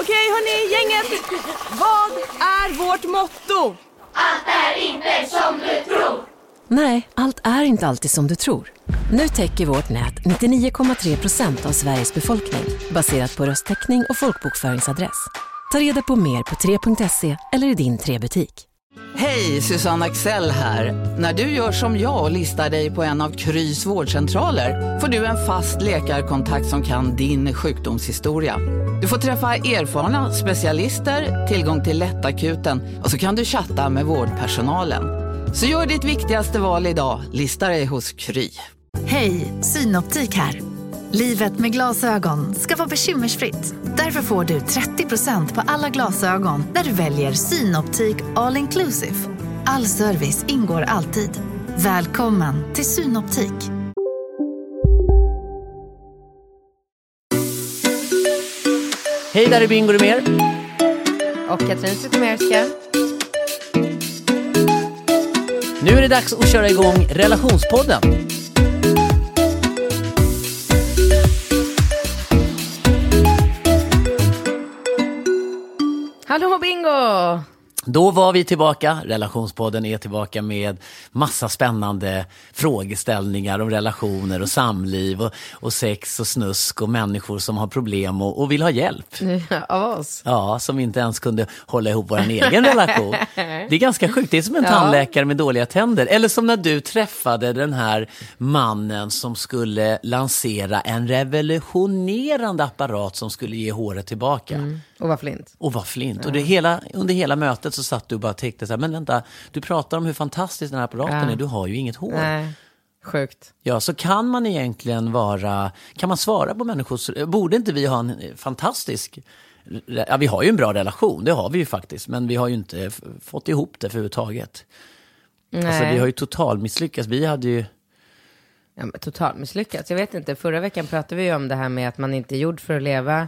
Okej, hörni, gänget. Vad är vårt motto? Allt är inte som du tror. Nej, allt är inte alltid som du tror. Nu täcker vårt nät 99,3% av Sveriges befolkning baserat på röstteckning och folkbokföringsadress. Ta reda på mer på 3.se eller i din 3-butik. Hej, Susanne Axel här. När du gör som jag och listar dig på en av Krys vårdcentraler får du en fast läkarkontakt som kan din sjukdomshistoria. Du får träffa erfarna specialister, tillgång till lättakuten och så kan du chatta med vårdpersonalen. Så gör ditt viktigaste val idag, lista dig hos Kry. Hej, Synoptik här. Livet med glasögon ska vara bekymmersfritt. Därför får du 30% på alla glasögon när du väljer Synoptik All Inclusive. All service ingår alltid. Välkommen till Synoptik. Hej, där är Bingo Rimér. Och Katrin Zytomierska. Nu är det dags att köra igång Relationspodden. Hallå Bingo! Då var vi tillbaka. Relationspodden är tillbaka med massa spännande frågeställningar om relationer och samliv och sex och snusk och människor som har problem och vill ha hjälp. Av oss? Ja, som inte ens kunde hålla ihop vår egen relation. Det är ganska sjukt. Det är som en tandläkare med dåliga tänder. Eller som när du träffade den här mannen som skulle lansera en revolutionerande apparat som skulle ge håret tillbaka. Och var flint. Och det under hela mötet så satt du och bara tänkte så här, men vänta, du pratar om hur fantastisk den här apparaten är, du har ju inget hår. Nej, sjukt. Ja, så kan man egentligen kan man svara på människors, borde inte vi ha en fantastisk, ja vi har ju en bra relation, det har vi ju faktiskt, men vi har ju inte fått ihop det för överhuvudtaget. Nej. Alltså vi har ju total misslyckats, vi hade ju... Ja, men total misslyckats, jag vet inte, förra veckan pratade vi ju om det här med att man inte är gjord för att leva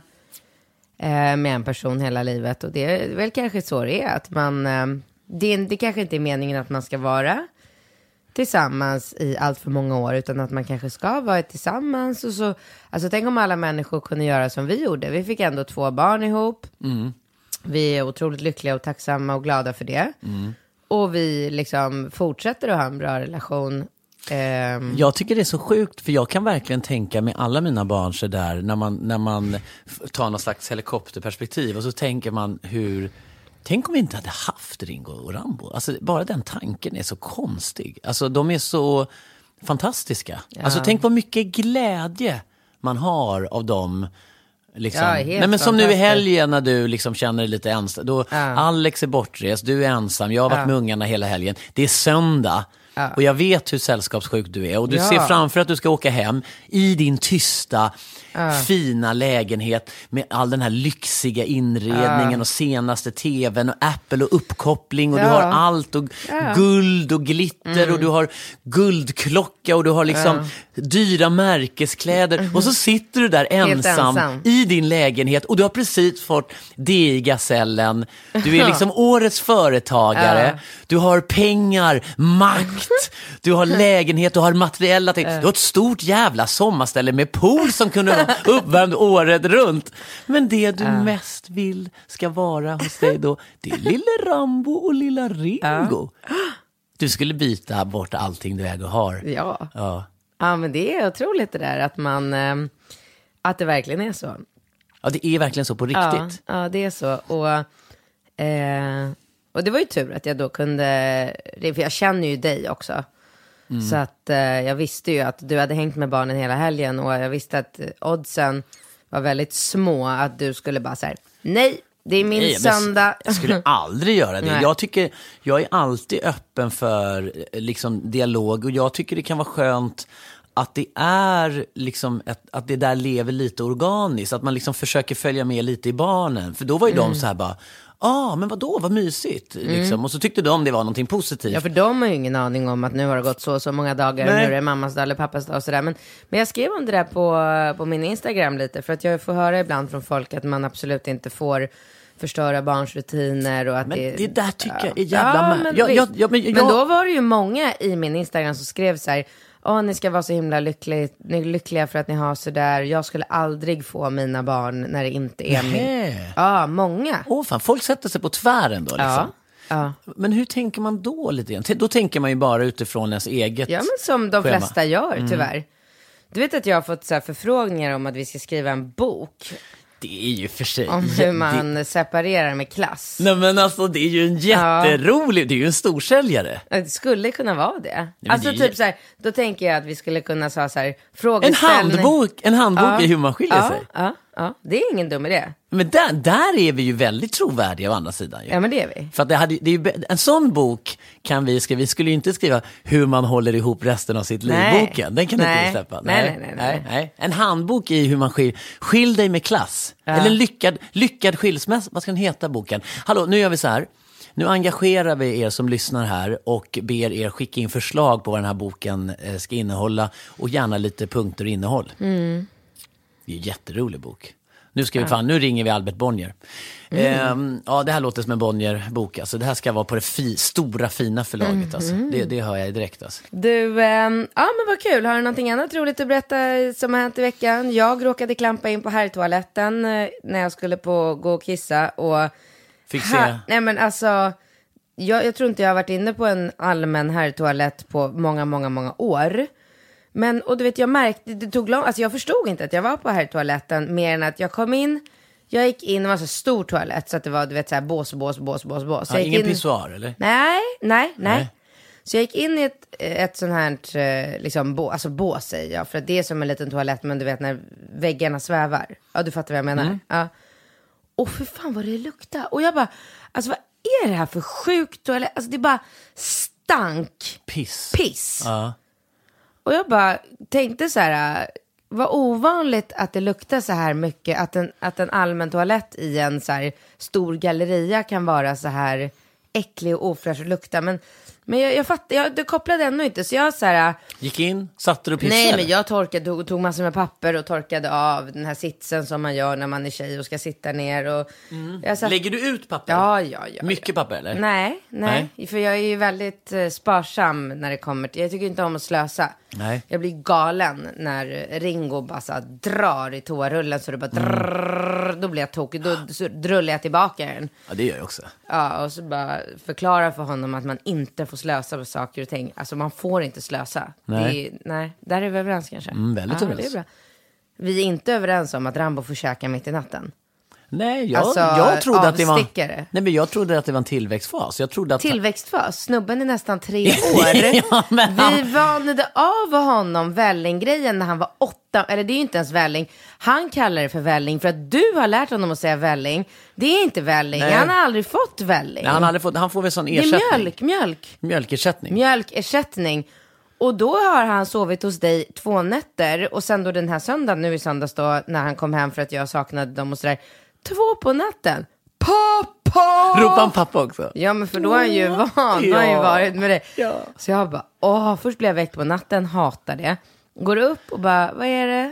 med en person hela livet, och det är väl kanske så det är att man det kanske inte är meningen att man ska vara tillsammans i allt för många år, utan att man kanske ska vara tillsammans och så, alltså tänk om alla människor kunde göra som vi gjorde. Vi fick ändå 2 barn ihop. Vi är otroligt lyckliga och tacksamma och glada för det, och vi liksom fortsätter att ha en bra relation. Jag tycker det är så sjukt, för jag kan verkligen tänka med alla mina barn så där, när man tar någon slags helikopterperspektiv och så tänker man tänk om vi inte hade haft Ringo och Rambo. Alltså bara den tanken är så konstig. Alltså de är så fantastiska. Ja. Alltså tänk vad mycket glädje man har av dem. Liksom. Ja, nej, men som nu i helgen när du liksom känner dig lite ensam. Då Alex är bortrest, du är ensam, jag har varit med ungarna hela helgen. Det är söndag. Och jag vet hur sällskapssjuk du är. Och du ser framför att du ska åka hem i din tysta, fina lägenhet med all den här lyxiga inredningen och senaste tvn och Apple och uppkoppling. Och du har allt och guld och glitter och du har guldklocka och du har liksom dyra märkeskläder. Och så sitter du där ensam i din lägenhet och du har precis fått det i gasellen. Du är liksom årets företagare. Du har pengar, makt. Du har lägenhet, du har materiella ting. Du har ett stort jävla sommarställe med pool som kunde vara uppvärmd året runt. Men det du mest vill ska vara hos dig då, det är lille Rambo och lilla Ringo. Du skulle byta bort allting du äger och har. Ja, men det är otroligt det där att man att det verkligen är så. Ja, det är verkligen så på riktigt. Ja, det är så. Och det var ju tur att jag då kunde, för jag känner ju dig också. Så att jag visste ju att du hade hängt med barnen hela helgen, och jag visste att oddsen var väldigt små att du skulle bara säga nej, det är min söndag. Jag skulle aldrig göra det. Jag är alltid öppen för liksom dialog, och jag tycker det kan vara skönt att det är liksom att det där lever lite organiskt, att man liksom försöker följa med lite i barnen, för då var ju de så här bara, men vadå, vad mysigt liksom. Och så tyckte de det var någonting positivt. Ja, för de har ju ingen aning om att nu har det gått så många dagar och nu är det mammas dag eller pappas dag och sådär. Men jag skrev om det där på min Instagram lite, för att jag får höra ibland från folk att man absolut inte får förstöra barns rutiner och att men det där tycker jag är jävla men då var det ju många i min Instagram som skrev så här: ni ska vara så himla lyckliga för att ni har så där. Jag skulle aldrig få mina barn när det inte är min. Ja, många. Fan, folk sätter sig på tvären då liksom. Ja. Men hur tänker man då lite grann? Då tänker man ju bara utifrån ens eget Ja, men som de schema. flesta gör, tyvärr. Du vet att jag har fått så här förfrågningar om att vi ska skriva en bok Det är ju för sig om hur man separerar med klass. Nej men alltså det är ju en jätterolig, det är ju en storsäljare. Det skulle kunna vara det. men Alltså det är typ så här, då tänker jag att vi skulle kunna ha så här frågeställning. En handbok i hur man skiljer sig. Ja, det är ingen dum idé. Men där är vi ju väldigt trovärdiga å andra sidan ju. Ja, men det är vi. För att det är ju, en sån bok kan vi skriva. Vi skulle ju inte skriva hur man håller ihop resten av sitt liv-boken. Den kan inte vi släppa. Nej. En handbok i hur man skilj dig med klass. Eller lyckad skilsmässa. Vad ska den heta boken? Hallå, nu gör vi så här. Nu engagerar vi er som lyssnar här och ber er skicka in förslag på vad den här boken ska innehålla. Och gärna lite punkter och innehåll. Det är en jätterolig bok. Nu ringer vi Albert Bonnier. Det här låter som en Bonnier-bok. Alltså, det här ska vara på det stora fina förlaget. Alltså. Det hör jag direkt. Alltså. Du, men vad kul. Har du någonting annat roligt att berätta som har hänt i veckan? Jag råkade klampa in på herrtoaletten när jag skulle gå och kissa. Och fick se. Nej men alltså, jag tror inte jag har varit inne på en allmän herrtoalett på många, många, många år. Men, och du vet, jag märkte, det tog lång, alltså jag förstod inte att jag var på herrtoaletten mer än att jag kom in, jag gick in, det var så stor toalett så att det var, du vet, så här bås. Ja, ingen pissoar, eller? Nej. Så jag gick in i ett sånt här, liksom, bås säger jag, för att det är som en liten toalett, men du vet när väggarna svävar. Ja, du fattar vad jag menar. Ja. Och för fan vad det luktar. Och jag bara, alltså vad är det här för sjukt toalett? Alltså det är bara stank. Piss. Ja. Och jag bara tänkte så här, vad ovanligt att det luktar så här mycket, att en allmän toalett i en så här stor galleria kan vara så här äcklig och ofräsch och lukta. Men jag fattar, det kopplade ännu inte, så jag så här... Gick in, satte du och pissade? Nej, men jag tog massor med papper och torkade av den här sitsen som man gör när man är tjej och ska sitta ner. Och lägger du ut papper? Ja. Mycket papper, eller? Nej, för jag är ju väldigt sparsam när det kommer till... Jag tycker inte om att slösa. Nej. Jag blir galen när Ringo bara så drar i toarullen så det bara drrrr, då blir jag tokig, då drullar jag tillbaka den. Ja, det gör jag också. Ja, och så bara förklara för honom att man inte får slösa med saker och ting. Alltså man får inte slösa. Nej, där är vi överens kanske. Väldigt överens. Det är bra. Vi är inte överens om att Rambo får käka mitt i natten. Nej, jag trodde att det var... Nej, men jag trodde att det var en tillväxtfas. Tillväxtfas? Snubben är nästan 3 år. Vi vanade av honom vällinggrejen när han var 8. Eller det är ju inte ens välling. Han kallar det för välling för att du har lärt honom att säga välling. Det är inte välling. Nej. Han har aldrig fått välling. Nej, han får väl sån ersättning. Det är Mjölkersättning. Mjölkersättning. Och då har han sovit hos dig 2 nätter. Och sen då den här söndagen, nu i söndags då, när han kom hem för att jag saknade dem och sådär. 2 på natten. Pappa! Ropar han pappa också? Ja, men för då har han ju van. Då har han ju varit med det. Ja. Så jag bara, först blev jag väckt på natten, hatar det. Går upp och bara, vad är det?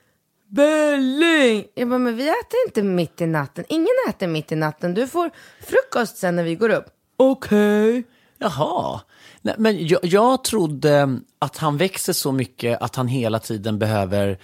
Välling! Jag bara, men vi äter inte mitt i natten. Ingen äter mitt i natten. Du får frukost sen när vi går upp. Okej. Jaha. Nej, men jag trodde att han växer så mycket att han hela tiden behöver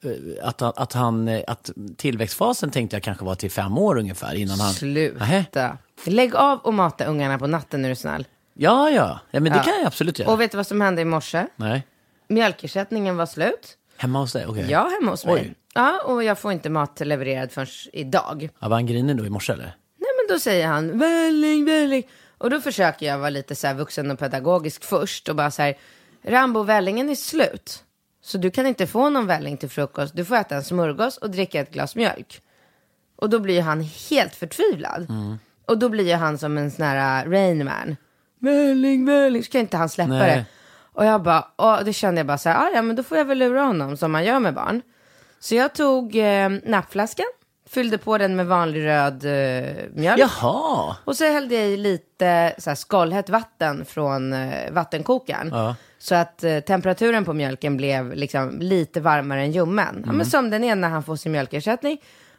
att tillväxtfasen tänkte jag kanske var till 5 år ungefär innan han... Sluta. Lägg av och mata ungarna på natten när du är snäll. Ja, men det kan jag absolut göra. Och vet du vad som hände i morse? Nej. Mjölkersättningen var slut. Hemma hos dig? Okay. Ja, hemma hos mig. Oj. Ja, och jag får inte mat levererad förrän idag. Ja, var han grinig då i morse eller? Nej, men då säger han välling. Och då försöker jag vara lite så här vuxen och pedagogisk först. Och bara så här, Rambo, vällingen är slut. Så du kan inte få någon välling till frukost. Du får äta en smörgås och dricka ett glas mjölk. Och då blir han helt förtvivlad. Och då blir han som en sån här Rain Man. Välling. Så kan inte han släppa det. Och jag bara, då kände jag bara så här, ja men då får jag väl lura honom som man gör med barn. Så jag tog nappflaskan. Fyllde på den med vanlig röd mjölk. Jaha. Och så hällde jag i lite så här skållhett vatten från vattenkokaren. Ja. Så att temperaturen på mjölken blev liksom lite varmare än ljummen. Ja, men som den är när han får sin mjölkersättning.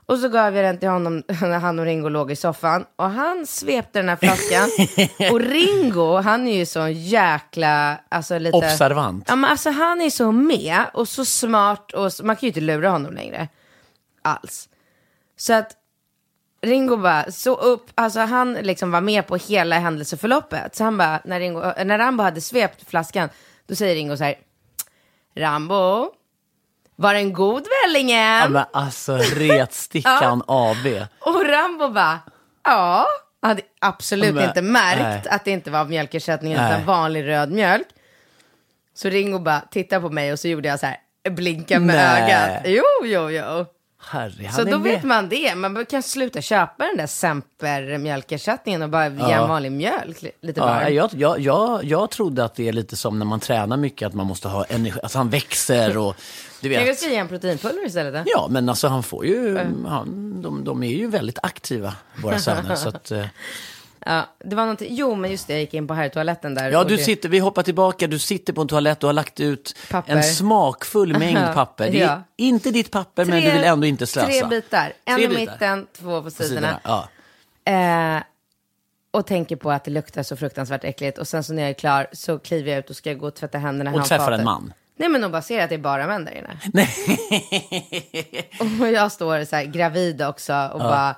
Och så gav jag den till honom när han och Ringo låg i soffan. Och han svepte den här flaskan. Och Ringo, han är ju så jäkla... Alltså lite, observant. Ja, men alltså han är så med och så smart. Och man kan ju inte lura honom längre. Alls. Så att Ringo bara så upp. Alltså han liksom var med på hela händelseförloppet. Så han bara, när Rambo hade svept flaskan. Då säger Ringo så här: Rambo, var en god vällingen? Ja, men alltså retstickan AB. Och Rambo bara, ja. Hade absolut inte märkt att det inte var mjölkersättning utan vanlig röd mjölk. Så Ringo bara tittade på mig och så gjorde jag så här, blinka med ögat. Jo. Herre, så då vet man det. Man kan sluta köpa den där Semper mjölkersättningen och bara ge en vanlig mjölk lite varm. Jag trodde att det är lite som när man tränar mycket, att man måste ha energi, alltså han växer och du vet. Jag ska ge en proteinpulver istället då? Ja, men alltså han får ju de är ju väldigt aktiva, våra söner, så att ja, det var någonting. Jo, men just det, jag gick in på här toaletten där. Ja, vi hoppar tillbaka, du sitter på en toalett och har lagt ut papper. En smakfull mängd papper. Det är inte ditt papper, men du vill ändå inte slösa. 3 bitar, en i mitten, 2 på sidorna. Ja. Och tänker på att det luktar så fruktansvärt äckligt. Och sen så när jag är klar så kliver jag ut och ska gå och tvätta händerna. Och träffar en man. Nej, men de bara ser att det är bara män där inne. Nej. Och jag står så här gravid också och bara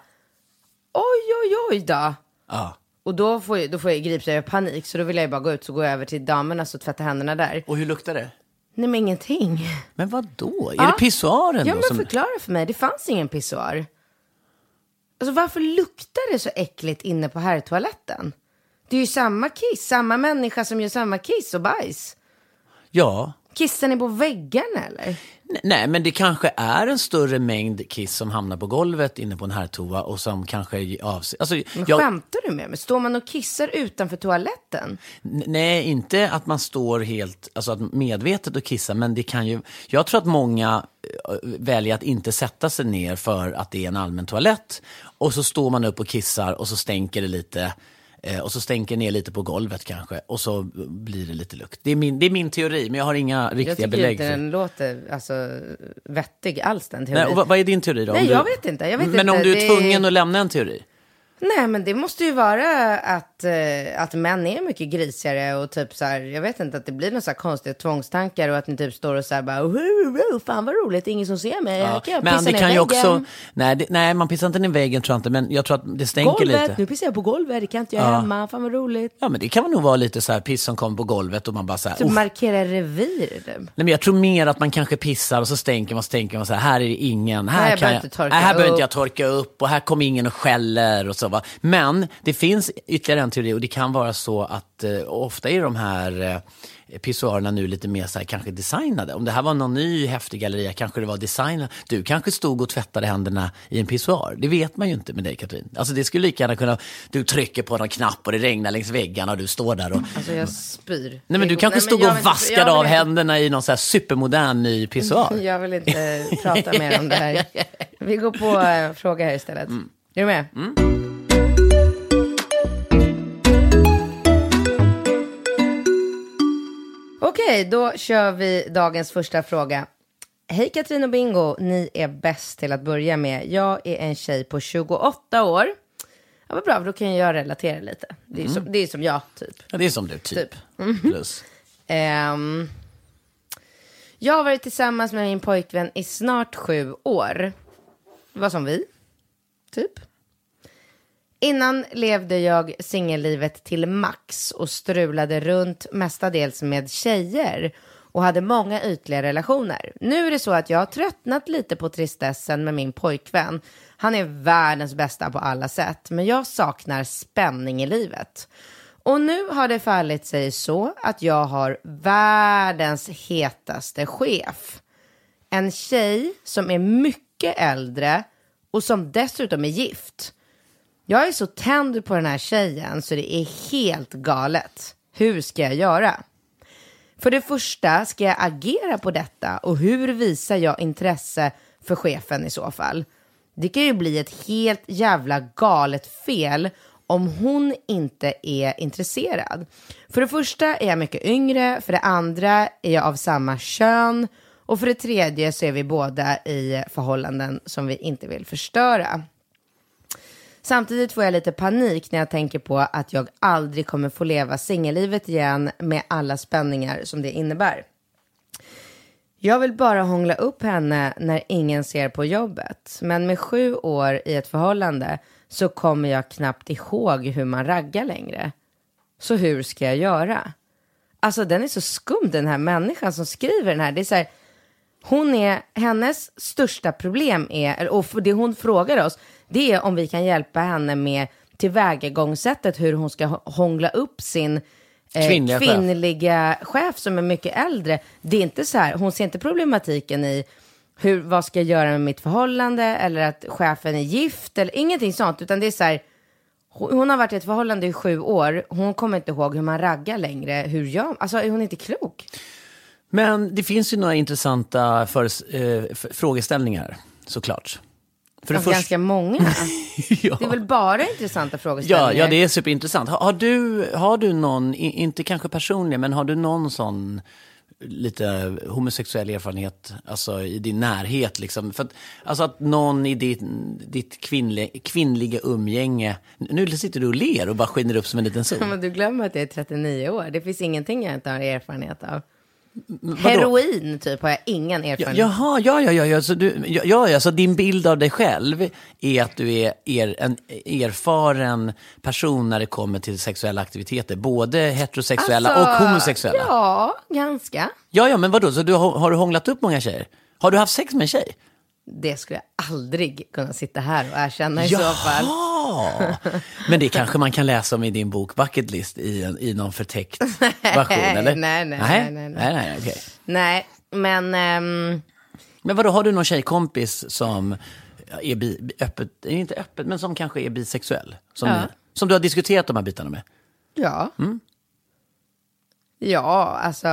oj då. Ja. Och då får jag grips av panik. Så då vill jag bara gå ut, så går jag över till damerna och tvätta händerna där. Och hur luktar det? Nej, men ingenting. Men vad då? Är det pissoaren? Ja, då, men förklara för mig. Det fanns ingen pissoar. Alltså varför luktar det så äckligt inne på herrtoaletten? Det är ju samma kiss. Samma människa som gör samma kiss och bajs. Ja. Kissar ni på väggarna eller? Nej, men det kanske är en större mängd kiss som hamnar på golvet inne på en herrtoa och som kanske alltså, men skämtar du med mig? Står man och kissar utanför toaletten? Nej, inte att man står helt, alltså att medvetet och kissar, men det kan ju, jag tror att många väljer att inte sätta sig ner för att det är en allmän toalett, och så står man upp och kissar och så stänker det lite. Och så stänker ner lite på golvet kanske. Och så blir det lite lukt. Det är min teori, men jag har inga riktiga belägg för. Jag tycker inte den låter vettig alls, den teorin. Nej, och vad är din teori då? Nej, jag vet inte. Men om du är tvungen att lämna en teori? Nej, men det måste ju vara att män är mycket grisigare och typ så här, jag vet inte, att det blir några så här konstiga tvångstankar och att ni typ står och så här bara, fan vad roligt, ingen som ser mig. Ja, men det kan ju också, nej, man pissar inte ner väggen tror jag inte, men jag tror att det stänker golvet, lite. Nu pissar jag på golvet, det kan inte jag hemma, fan vad roligt. Ja, men det kan nog vara lite så här piss som kommer på golvet och man bara så här, så markerar revir. Nej, men jag tror mer att man kanske pissar och så stänker man så här är det ingen, här behöver inte jag torka upp och här kommer ingen och skäller och så va. Men det finns ytterligare en teori, och det kan vara så att ofta är de här pissoarerna nu lite mer så här, kanske designade. Om det här var någon ny häftig galleria, kanske det var designat. Du kanske stod och tvättade händerna i en pissoar. Det vet man ju inte med dig, Katrin. Alltså det skulle lika gärna kunna, du trycker på någon knapp och det regnar längs väggarna och du står där och... Alltså jag spyr. Nej, men du kanske stod och vaskade av händerna i någon så här supermodern ny pissoar. Jag vill inte prata mer om det här. Vi går på fråga här istället. Är du med? Okej, då kör vi dagens första fråga. Hej Katrin och Bingo, ni är bäst till att börja med. Jag är en tjej på 28 år. Ja, vad bra, då kan jag relatera lite. Det är som jag, typ. Ja, det är som du, typ. Plus. Jag har varit tillsammans med min pojkvän i snart 7 år. Det var som vi, typ. Innan levde jag singellivet till max och strulade runt mestadels med tjejer och hade många ytliga relationer. Nu är det så att jag har tröttnat lite på tristessen med min pojkvän. Han är världens bästa på alla sätt, men jag saknar spänning i livet. Och nu har det fallit sig så att jag har världens hetaste chef. En tjej som är mycket äldre och som dessutom är gift. Jag är så tänd på den här tjejen så det är helt galet. Hur ska jag göra? För det första, ska jag agera på detta? Och hur visar jag intresse för chefen i så fall? Det kan ju bli ett helt jävla galet fel om hon inte är intresserad. För det första är jag mycket yngre. För det andra är jag av samma kön. Och för det tredje så är vi båda i förhållanden som vi inte vill förstöra. Samtidigt får jag lite panik när jag tänker på att jag aldrig kommer få leva singellivet igen med alla spänningar som det innebär. Jag vill bara hångla upp henne när ingen ser på jobbet. Men med 7 år i ett förhållande så kommer jag knappt ihåg hur man raggar längre. Så hur ska jag göra? Alltså den är så skum, den här människan som skriver den här. Det är så här, hennes största problem är, och det hon frågar oss, det är om vi kan hjälpa henne med tillvägagångssättet hur hon ska hångla upp sin kvinnliga chef som är mycket äldre. Det är inte så här, hon ser inte problematiken i vad ska jag göra med mitt förhållande eller att chefen är gift eller ingenting sånt, utan det är så här, hon har varit i ett förhållande i 7 år, hon kommer inte ihåg hur man raggar längre, alltså är hon inte klok? Men det finns ju några intressanta frågeställningar, såklart. För det ganska många. Ja. Det är väl bara intressanta frågeställningar. Ja, det är superintressant. Har du någon, inte kanske personligen, men har du någon sån lite homosexuell erfarenhet, alltså i din närhet liksom? För att, alltså att någon i ditt kvinnliga umgänge, nu sitter du och ler och bara skiner upp som en liten sol. Men du glömmer att jag är 39 år. Det finns ingenting jag inte har erfarenhet av. Heroin typ har jag ingen erfarenhet. Jaha, så din bild av dig själv är att du är en erfaren person när det kommer till sexuella aktiviteter, både heterosexuella och homosexuella. Ja, ganska. Ja, men vadå? Så har du hånglat upp många tjejer? Har du haft sex med en tjej? Det skulle jag aldrig kunna sitta här och erkänna i så fall. Men det kanske man kan läsa om i din bok Bucket List i någon förtäckt version, eller? Nej, okej. Nej, men... Men vadå, har du någon tjejkompis som är inte öppet, men som kanske är bisexuell? Som du har diskuterat de här bitarna med? Ja. Ja, alltså...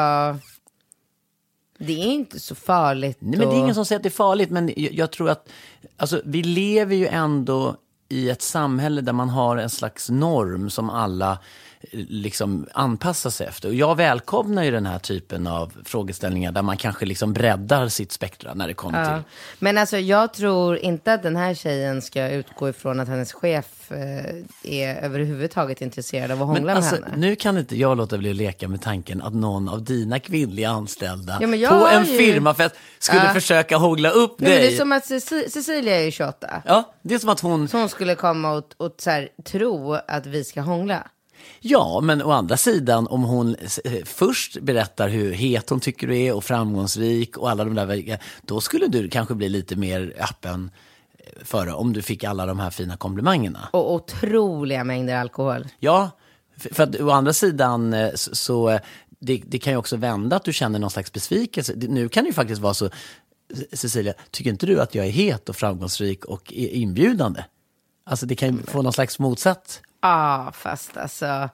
Det är inte så farligt. Nej, men det är ingen som säger att det är farligt, men jag tror att alltså, vi lever ju ändå i ett samhälle där man har en slags norm som alla liksom anpassar sig efter. Och jag välkomnar ju den här typen av frågeställningar där man kanske liksom breddar sitt spektra när det kommer till. Men alltså jag tror inte att den här tjejen ska utgå ifrån att hennes chef är överhuvudtaget intresserad av att hångla med henne. Nu kan inte jag låta bli att leka med tanken att någon av dina kvinnliga anställda på en firmafest skulle försöka hångla upp dig. Det är som att Cecilia är 28. Ja, det är som att hon skulle komma och så här, tro att vi ska hångla. Ja, men å andra sidan, om hon först berättar hur het hon tycker du är och framgångsrik och alla de där, då skulle du kanske bli lite mer öppen för om du fick alla de här fina komplimangerna. Och otroliga mängder alkohol. Ja, för att å andra sidan så det kan ju också vända att du känner någon slags besvikelse. Nu kan det ju faktiskt vara så, Cecilia, tycker inte du att jag är het och framgångsrik och inbjudande? Alltså det kan ju få någon slags motsatt. Ja, fast alltså...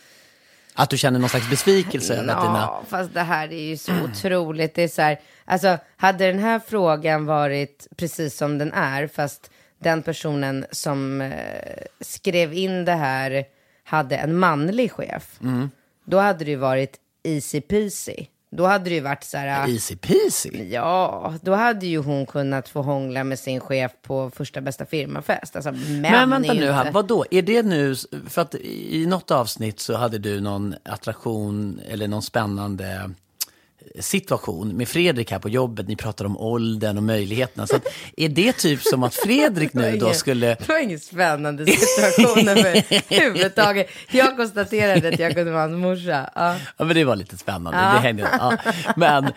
Att du känner någon slags besvikelse över att dina... Ja, fast det här är ju så otroligt. Det är så här, alltså, hade den här frågan varit precis som den är, fast den personen som skrev in det här hade en manlig chef, då hade det ju varit easy peasy. Då hade det ju varit så här... Easy peasy? Ja, då hade ju hon kunnat få hångla med sin chef på första bästa firmafest. Alltså, men vänta nu här, vadå? Är det nu... För att i något avsnitt så hade du någon attraktion eller någon spännande situation med Fredrik här på jobbet. Ni pratar om åldern och möjligheterna. Så att, är det typ som att Fredrik nu då skulle... Det var ingen spännande situation överhuvudtaget. Jag konstaterade att jag kunde vara hans morsa. Ja, men det var lite spännande. Det hängde, Men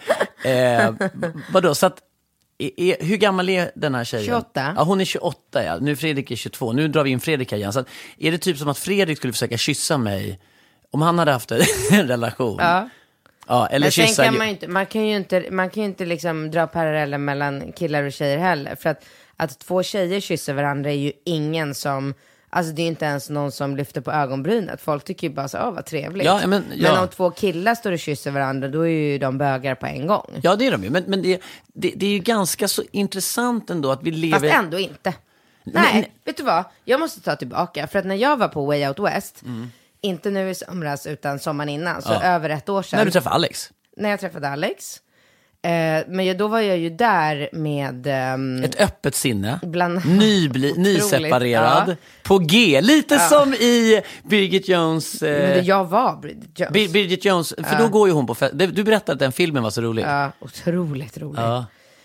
vadå, så att hur gammal är den här tjejen? 28. Ja, hon är 28, ja. Nu Fredrik är 22. Nu drar vi in Fredrik igen. Så att, är det typ som att Fredrik skulle försöka kyssa mig om han hade haft en relation? Ja. Ja, eller men sen kyssa... kan man kan ju inte liksom dra paralleller mellan killar och tjejer heller. För att 2 tjejer kysser varandra är ju ingen som... Alltså det är ju inte ens någon som lyfter på ögonbrynet. Folk tycker ju bara så, vad trevligt. Ja, men om 2 killar står och kysser varandra, då är ju de bögar på en gång. Ja, det är de ju. Men det är ju ganska så intressant ändå att vi lever... Fast ändå inte. Nej, vet du vad? Jag måste ta tillbaka. För att när jag var på Way Out West... Inte nu i somras utan sommaren innan. Så över 1 år sedan. När du träffade Alex? När jag träffade Alex. Men då var jag ju där med... Ett öppet sinne. Bland... Nyseparerad. Ja. På G. Lite som i Bridget Jones... Men jag var Bridget Jones. Bridget Jones. För då går ju hon på... Du berättade att den filmen var så rolig. Ja, otroligt rolig. Ja,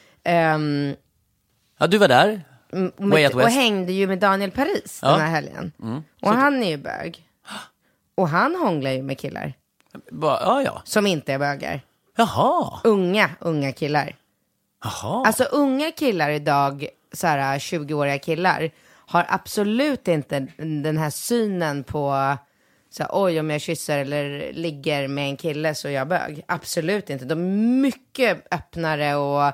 ja du var där. Och hängde ju med Daniel Paris den här helgen. Och han är ju bög. Och han hånglar ju med killar. Ja. Som inte är bögar. Jaha. Unga killar. Jaha. Alltså unga killar idag, så här 20-åriga killar, har absolut inte den här synen på så här, oj, om jag kysser eller ligger med en kille så är jag bög. Absolut inte. De är mycket öppnare och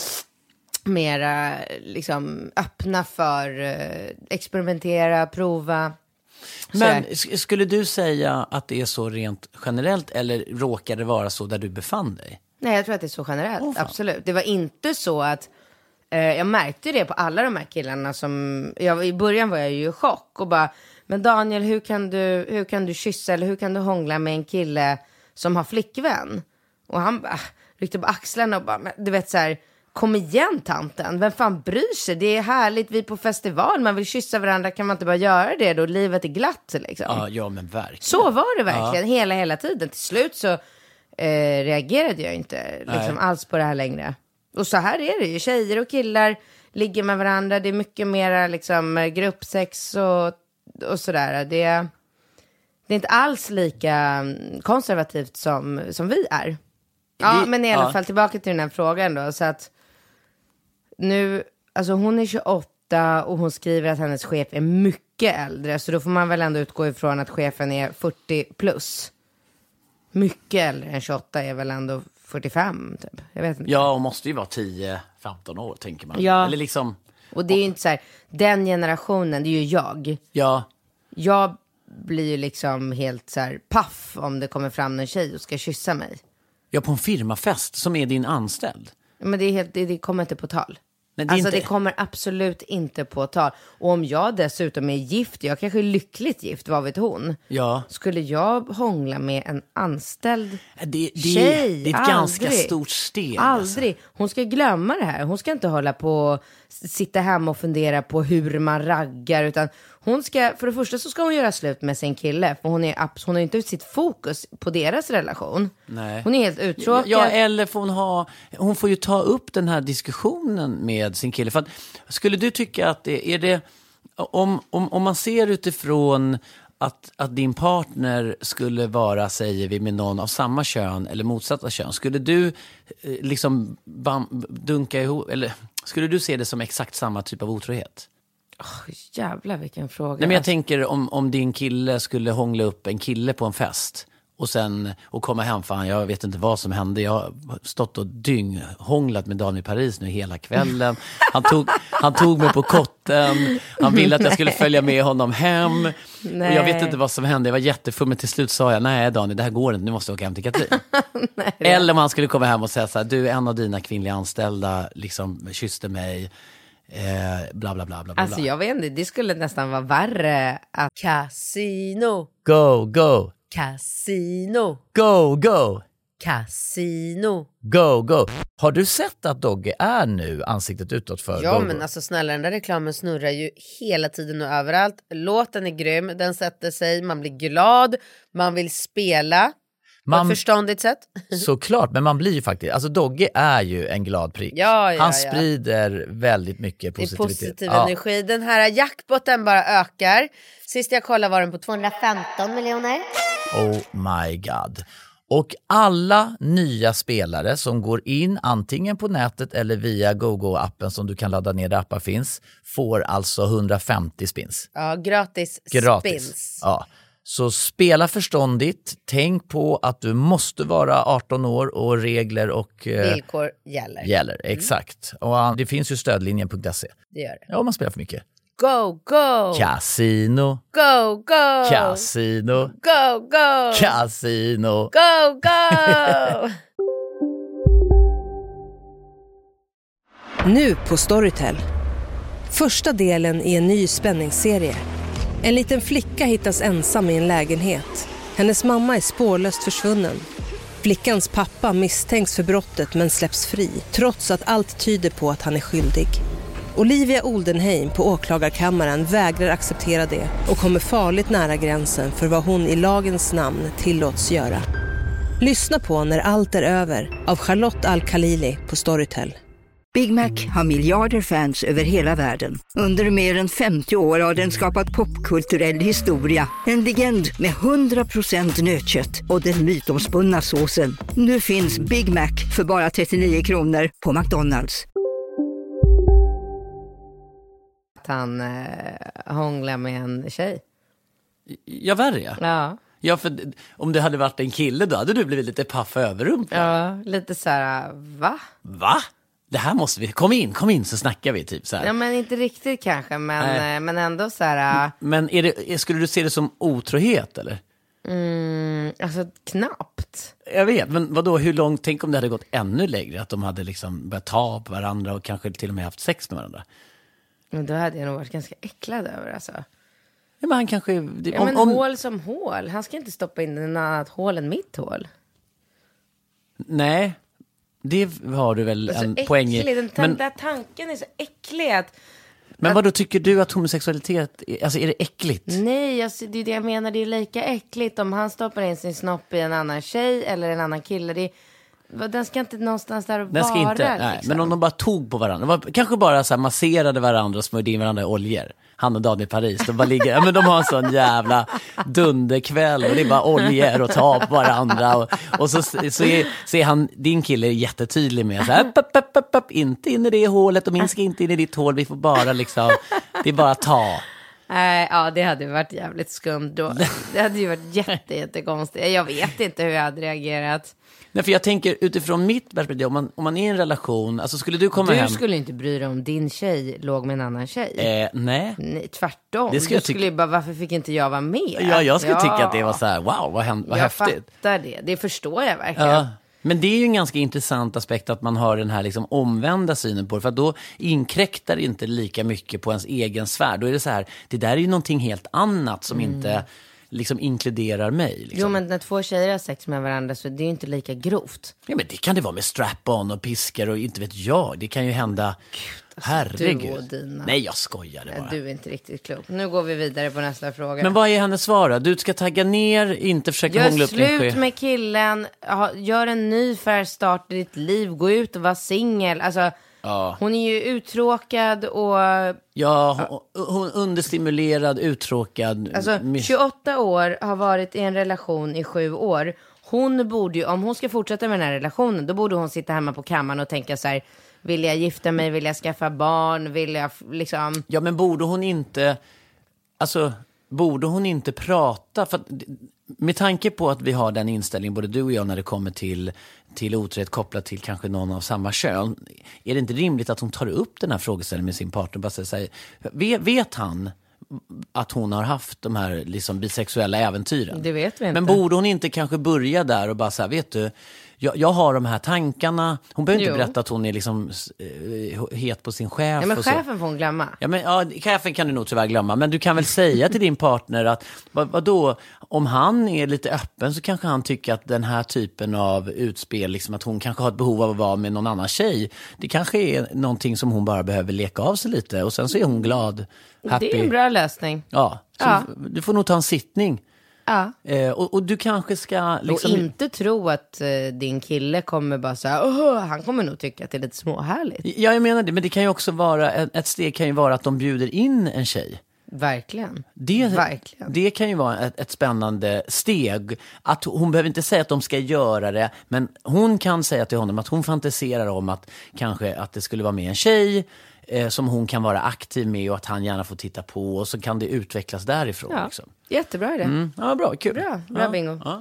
mera liksom öppna för experimentera, prova. Men skulle du säga att det är så rent generellt eller råkar det vara så där du befann dig? Nej, jag tror att det är så generellt, absolut. Det var inte så att jag märkte det på alla de här killarna som... I början var jag ju i chock och bara, men Daniel, hur kan du kyssa eller hur kan du hångla med en kille som har flickvän? Och han bara ryckte på axlarna och bara, du vet så här, kom igen tanten, vem fan bryr sig? Det är härligt, vi är på festival, man vill kyssa varandra, kan man inte bara göra det då? Livet är glatt liksom. Ja men verkligen. Så var det verkligen, hela tiden. Till slut så reagerade jag inte liksom alls på det här längre. Och så här är det ju, tjejer och killar ligger med varandra, det är mycket mera liksom gruppsex och sådär. Det är inte alls lika konservativt som vi är. Ja, men i alla fall tillbaka till den här frågan då. Så att nu, alltså hon är 28 och hon skriver att hennes chef är mycket äldre. Så då får man väl ändå utgå ifrån att chefen är 40 plus. Mycket äldre än 28 är väl ändå 45 typ. Jag vet inte. Ja, och måste ju vara 10-15 år tänker man. Ja. Eller liksom... Och det är ju inte så här, den generationen, det är ju jag. Ja. Jag blir ju liksom helt så här paff om det kommer fram en tjej och ska kyssa mig. Ja, på en firmafest som är din anställd. Men det kommer inte på tal. Nej, det kommer absolut inte på tal. Och om jag dessutom är gift, jag kanske är lyckligt gift, vad vet hon? Ja. Skulle jag hångla med en anställd tjej? Det är ett ganska stort steg. Aldrig. Alltså. Hon ska glömma det här. Hon ska inte hålla på sitta hemma och fundera på hur man raggar. Utan hon ska, för det första så ska hon göra slut med sin kille. För hon har inte sitt fokus på deras relation. Nej. Hon är helt uttråkad. Ja, eller får hon får ju ta upp den här diskussionen med sin kille. För att, skulle du tycka att om man ser utifrån att din partner skulle vara, säger vi, med någon av samma kön eller motsatta kön, skulle du liksom dunka ihop, eller skulle du se det som exakt samma typ av otrohet? Jävlar vilken fråga. Nej, men jag tänker om din kille skulle hångla upp en kille på en fest och komma hem, fan jag vet inte vad som hände, jag har stått och hånglat med Daniel Paris nu hela kvällen, han tog mig på kotten, han ville att jag skulle följa med honom hem. Nej. Och jag vet inte vad som hände, jag var jättefull, men till slut sa jag, nej Daniel, det här går inte, nu måste jag åka hem till Katrin. Eller om han skulle komma hem och säga så här, du, en av dina kvinnliga anställda liksom kysste mig, bla bla bla bla. Alltså jag vet inte, det skulle nästan vara värre att Casino. Go. Casino. Go. Casino. Go. Har du sett att Dogge är nu ansiktet utåt för Ja, Go? Men alltså snälla, den där reklamen snurrar ju hela tiden och överallt. Låten är grym, den sätter sig, man blir glad, man vill spela på ett förståndigt sätt. Såklart, men man blir ju faktiskt, alltså Dogge är ju en glad prick. Han sprider väldigt mycket positivitet. Det är positiv energi. Den här jackpotten bara ökar. Sist jag kollade var den på 215 miljoner. Oh my god. Och alla nya spelare som går in antingen på nätet eller via GoGo-appen som du kan ladda ner där appar finns, får alltså 150 spins. Ja, gratis. Spins. Ja. Så spela förståndigt, tänk på att du måste vara 18 år och regler och villkor gäller. Exakt. Och det finns ju stödlinjen.se. Det gör det. Ja, om man spelar för mycket. Go. Casino. Go. Casino. Go. Casino. Go. Nu på Storytel. Första delen i en ny spänningsserie. En liten flicka hittas ensam i en lägenhet. Hennes mamma är spårlöst försvunnen. Flickans pappa misstänks för brottet men släpps fri, trots att allt tyder på att han är skyldig. Olivia Oldenheim på åklagarkammaren vägrar acceptera det och kommer farligt nära gränsen för vad hon i lagens namn tillåts göra. Lyssna på När allt är över av Charlotte Al-Khalili på Storytel. Big Mac har miljarder fans över hela världen. Under mer än 50 år har den skapat popkulturell historia. En legend med 100% nötkött och den mytomspunna såsen. Nu finns Big Mac för bara 39 kronor på McDonald's. Att han hånglar med en tjej. Ja, värre. Ja. Ja, för om det hade varit en kille då hade du blivit lite paff överrumplad. Ja, lite så här, va? Va? Det här måste vi, kom in så snackar vi typ så här. Ja, men inte riktigt kanske, men ändå så här. Men skulle du se det som otrohet eller? Alltså knappt. Jag vet, men vadå, hur långt, tänk om det hade gått ännu längre, att de hade liksom börjat ta på varandra och kanske till och med haft sex med varandra. Men då hade jag nog varit ganska äcklad över alltså. Ja, men han kanske... men hål som hål. Han ska inte stoppa in en annat hål än mitt hål. Nej, det har du väl en poäng i. Den där tanken är så äcklig att... Men vad då tycker du att homosexualitet, alltså är det äckligt? Nej, alltså, det är det jag menar, det är lika äckligt om han stoppar in sin snopp i en annan tjej eller en annan kille. Den ska inte någonstans där den ska vara. Inte, nej, liksom. Men om de bara tog på varandra, kanske bara så här masserade varandra och smörjde in varandra i oljor. Han och Dan i Paris, de bara ligger, ja, men de har en sån jävla dunderkväll och det är bara oljor och ta på varandra och så är han, din kille är jättetydlig med så här, inte in i det hålet och min ska inte in i ditt hål, vi får bara liksom, det är bara ta. Ja, det hade varit jävligt skumt då. Det hade ju varit jättekonstigt. Jag vet inte hur jag hade reagerat. Nej, för jag tänker utifrån mitt perspektiv, om man är i en relation, alltså skulle du komma hem... Du skulle inte bry dig om din tjej låg med en annan tjej. Nej, tvärtom. Det du skulle bara, varför fick inte jag vara med? Ja, jag skulle tycka att det var så här, wow, vad häftigt. Jag fattar det, det förstår jag verkligen. Ja. Men det är ju en ganska intressant aspekt att man har den här liksom omvända synen på det. För att då inkräktar inte lika mycket på ens egen sfär. Då är det så här, det där är ju någonting helt annat som inte liksom inkluderar mig. Liksom. Jo, men när två tjejer har sex med varandra så det är ju inte lika grovt. Ja, men det kan det vara med strap-on och piskar och inte vet jag. Det kan ju hända... Alltså, herregud. Du och dina. Nej, jag skojar bara. Du är inte riktigt klok. Nu går vi vidare på nästa fråga. Men vad är hennes svar då? Du ska tagga ner, inte försöka hångla upp din Gör slut med killen, gör en ny färd start i ditt liv, gå ut och vara singel. Alltså, hon är ju uttråkad och... Ja, hon understimulerad, uttråkad. Alltså, 28 år, har varit i en relation i 7 år. Hon borde ju, om hon ska fortsätta med den här relationen, då borde hon sitta hemma på kammaren och tänka så här... Vill jag gifta mig? Vill jag skaffa barn? Vill jag liksom... Ja, men borde hon inte prata? För att, med tanke på att vi har den inställningen, både du och jag, när det kommer till otrohet kopplat till kanske någon av samma kön. Är det inte rimligt att hon tar upp den här frågeställningen med sin partner? Bara säger, vet han att hon har haft de här liksom bisexuella äventyren? Det vet vi inte. Men borde hon inte kanske börja där och bara säga, vet du... Jag har de här tankarna. Hon behöver inte berätta att hon är liksom het på sin chef. Ja, men och chefen får hon glömma. Ja, chefen kan du nog tyvärr glömma. Men du kan väl säga till din partner att vadå, om han är lite öppen så kanske han tycker att den här typen av utspel, liksom att hon kanske har ett behov av att vara med någon annan tjej. Det kanske är någonting som hon bara behöver leka av sig lite. Och sen så är hon glad, happy. Det är en bra lösning. Ja, du får nog ta en sittning. Ja. Och du kanske ska liksom... Och inte tro att din kille kommer bara säga, han kommer nog tycka att det är lite småhärligt. Ja, jag menar det, men det kan ju också vara ett steg kan ju vara att de bjuder in en tjej. Verkligen. Det kan ju vara ett spännande steg. Att hon behöver inte säga att de ska göra det, men hon kan säga till honom att hon fantiserar om att kanske att det skulle vara med en tjej som hon kan vara aktiv med och att han gärna får titta på, och så kan det utvecklas därifrån. Ja, liksom. Jättebra idé. Ja, bra, kul. Bra bingo. Ja.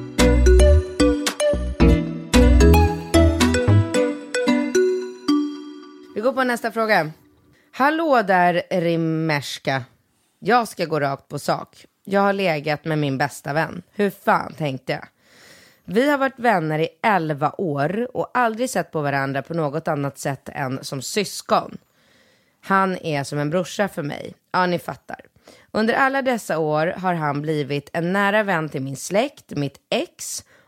Vi går på nästa fråga. Hallå där, Rimerska. Jag ska gå rakt på sak. Jag har legat med min bästa vän. Hur fan tänkte jag? Vi har varit vänner i 11 år och aldrig sett på varandra på något annat sätt än som syskon. Han är som en brorsa för mig. Ja, ni fattar. Under alla dessa år har han blivit en nära vän till min släkt, mitt ex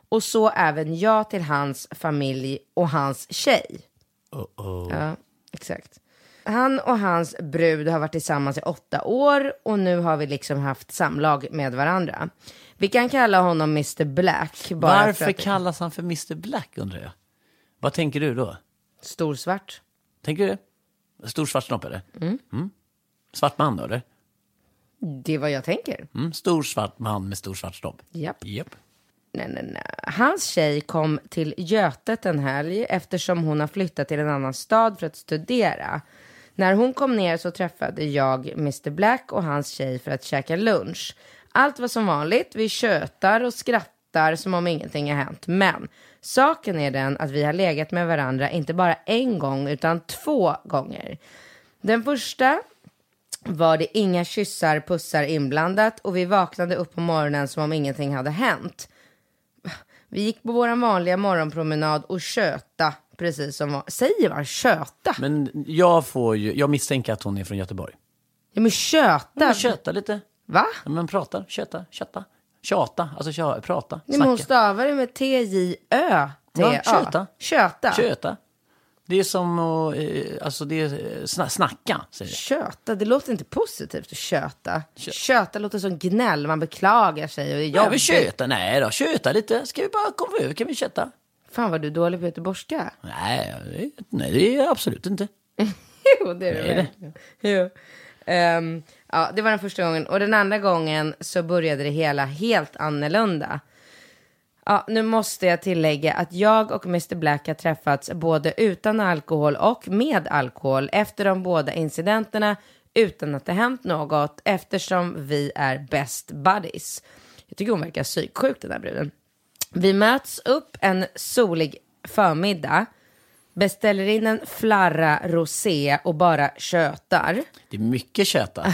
Och så även jag till hans familj och hans tjej. Ja, exakt. Han och hans brud har varit tillsammans i 8 år och nu har vi liksom haft samlag med varandra. Vi kan kalla honom Mr. Black. Varför kallas han för Mr. Black, undrar jag? Vad tänker du då? Stor svart. Tänker du det? Stor svart snopp, eller? Svart man då, eller? Det är vad jag tänker. Stor svart man med stor svart snopp. Japp. Japp. Nej. Hans tjej kom till Götet en helg eftersom hon har flyttat till en annan stad för att studera. När hon kom ner så träffade jag Mr. Black och hans tjej för att käka lunch. Allt var som vanligt, vi tjötar och skrattar som om ingenting har hänt. Men saken är den att vi har legat med varandra inte bara en gång utan 2 gånger. Den första var det inga kyssar, pussar inblandat och vi vaknade upp på morgonen som om ingenting hade hänt. Vi gick på vår vanliga morgonpromenad och köta, precis som säger man köta. Men jag misstänker att hon är från Göteborg. Ja, men köta. Köta lite. Va? Ja, men prata, köta. Tjata, alltså prata, snacka. Men hon stavar det med T-J-Ö. Ja, köta. Det är som att, det är snacka. Säger jag. Köta, det låter inte positivt att köta. Köta låter som gnäll, man beklagar sig och det är jobbigt. Ja, vi köta, nej då, köta lite. Ska vi bara komma över, kan vi köta? Fan vad du är dålig på göteborgska. Nej, det är absolut inte. Jo, det är det. Jo. Ja, det var den första gången. Och den andra gången så började det hela helt annorlunda. Ja, nu måste jag tillägga att jag och Mr. Black har träffats både utan alkohol och med alkohol efter de båda incidenterna utan att det hänt något eftersom vi är best buddies. Jag tycker hon verkar psyksjuk, den där bruden. Vi möts upp en solig förmiddag, beställer in en flarra rosé och bara tjötar. Det är mycket köta.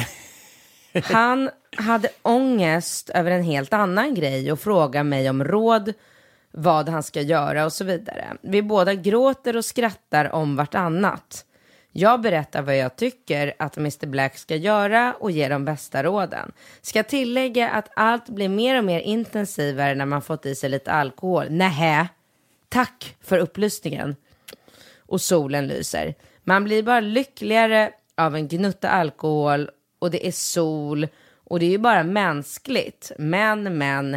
Han hade ångest över en helt annan grej och frågar mig om råd, vad han ska göra och så vidare. Vi båda gråter och skrattar om vartannat. Jag berättar vad jag tycker att Mr. Black ska göra och ger de bästa råden. Ska tillägga att allt blir mer och mer intensivare när man fått i sig lite alkohol. Nähä, tack för upplysningen. Och solen lyser. Man blir bara lyckligare av en gnutta alkohol och det är sol och det är ju bara mänskligt. Men.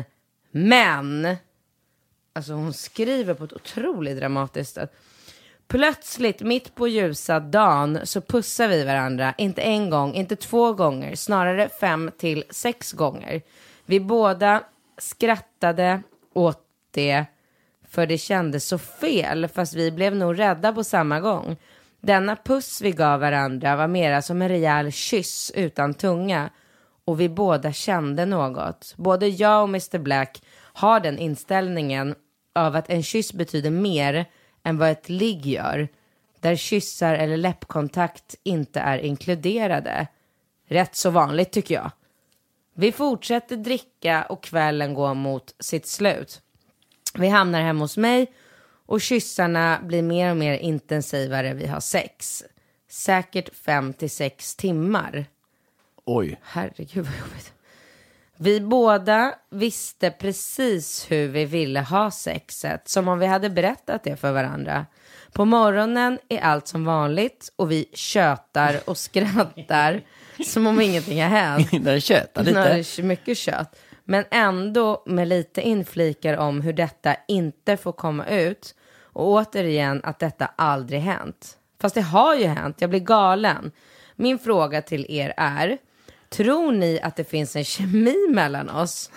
Alltså hon skriver på ett otroligt dramatiskt sätt. Plötsligt, mitt på ljusa dagen, så pussar vi varandra. Inte 1 gång, inte 2 gånger, snarare 5 till 6 gånger. Vi båda skrattade åt det, för det kändes så fel, fast vi blev nog rädda på samma gång. Denna puss vi gav varandra var mera som en rejäl kyss utan tunga. Och vi båda kände något. Både jag och Mr. Black har den inställningen av att en kyss betyder mer än vad ett ligg gör. Där kyssar eller läppkontakt inte är inkluderade. Rätt så vanligt tycker jag. Vi fortsätter dricka och kvällen går mot sitt slut. Vi hamnar hemma hos mig och kyssarna blir mer och mer intensivare. Vi har sex. Säkert 5 till 6 timmar. Oj. Herregud vad jobbigt. Vi båda visste precis hur vi ville ha sexet. Som om vi hade berättat det för varandra. På morgonen är allt som vanligt. Och vi tjötar och skrattar. Som om ingenting har hänt. När tjötar lite. Det är mycket kött. Men ändå med lite inflikar om hur detta inte får komma ut. Och återigen att detta aldrig hänt. Fast det har ju hänt. Jag blir galen. Min fråga till er är: tror ni att det finns en kemi mellan oss?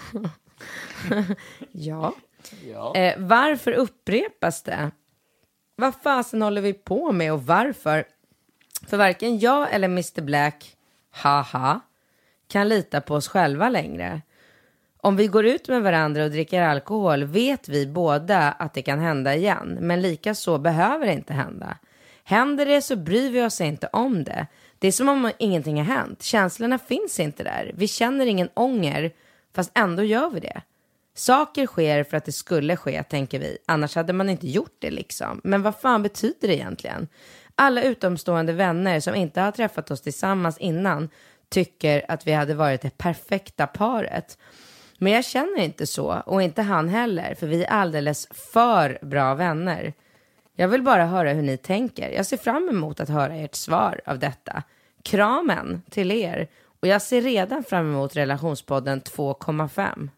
Ja. Varför upprepas det? Vad fasen håller vi på med och varför? För varken jag eller Mr. Black, haha, kan lita på oss själva längre. Om vi går ut med varandra och dricker alkohol vet vi båda att det kan hända igen. Men lika så behöver det inte hända. Händer det så bryr vi oss inte om det. Det är som om ingenting har hänt. Känslorna finns inte där. Vi känner ingen ånger, fast ändå gör vi det. Saker sker för att det skulle ske, tänker vi. Annars hade man inte gjort det liksom. Men vad fan betyder det egentligen? Alla utomstående vänner som inte har träffat oss tillsammans innan tycker att vi hade varit det perfekta paret. Men jag känner inte så, och inte han heller, för vi är alldeles för bra vänner. Jag vill bara höra hur ni tänker. Jag ser fram emot att höra ert svar av detta. Kramen till er. Och jag ser redan fram emot relationspodden 2,5.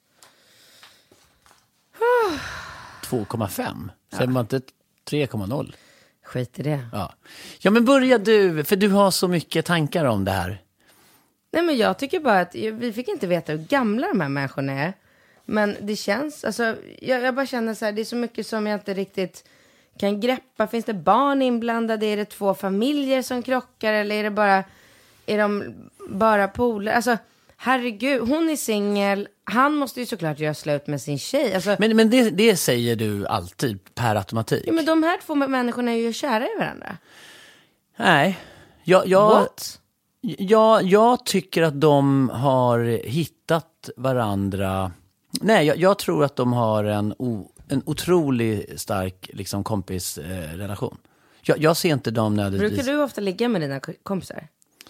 2,5? Säger man inte 3,0? Skit i det. Ja, men börja du, för du har så mycket tankar om det här. Nej, men jag tycker bara att vi fick inte veta hur gamla de här människorna är. Men det känns, alltså, jag bara känner så här, det är så mycket som jag inte riktigt kan greppa. Finns det barn inblandade? Är det 2 familjer som krockar? Eller är de bara polare? Alltså, herregud, hon är singel. Han måste ju såklart göra slut med sin tjej. Alltså, men det säger du alltid per automatik. Ja, men de här 2 människorna är ju kära i varandra. Nej. What? Jag tycker att de har hittat varandra. Nej, jag tror att de har en otroligt stark liksom, kompisrelation. Jag ser inte dem nödvändigtvis. Brukar du ofta ligga med dina kompisar?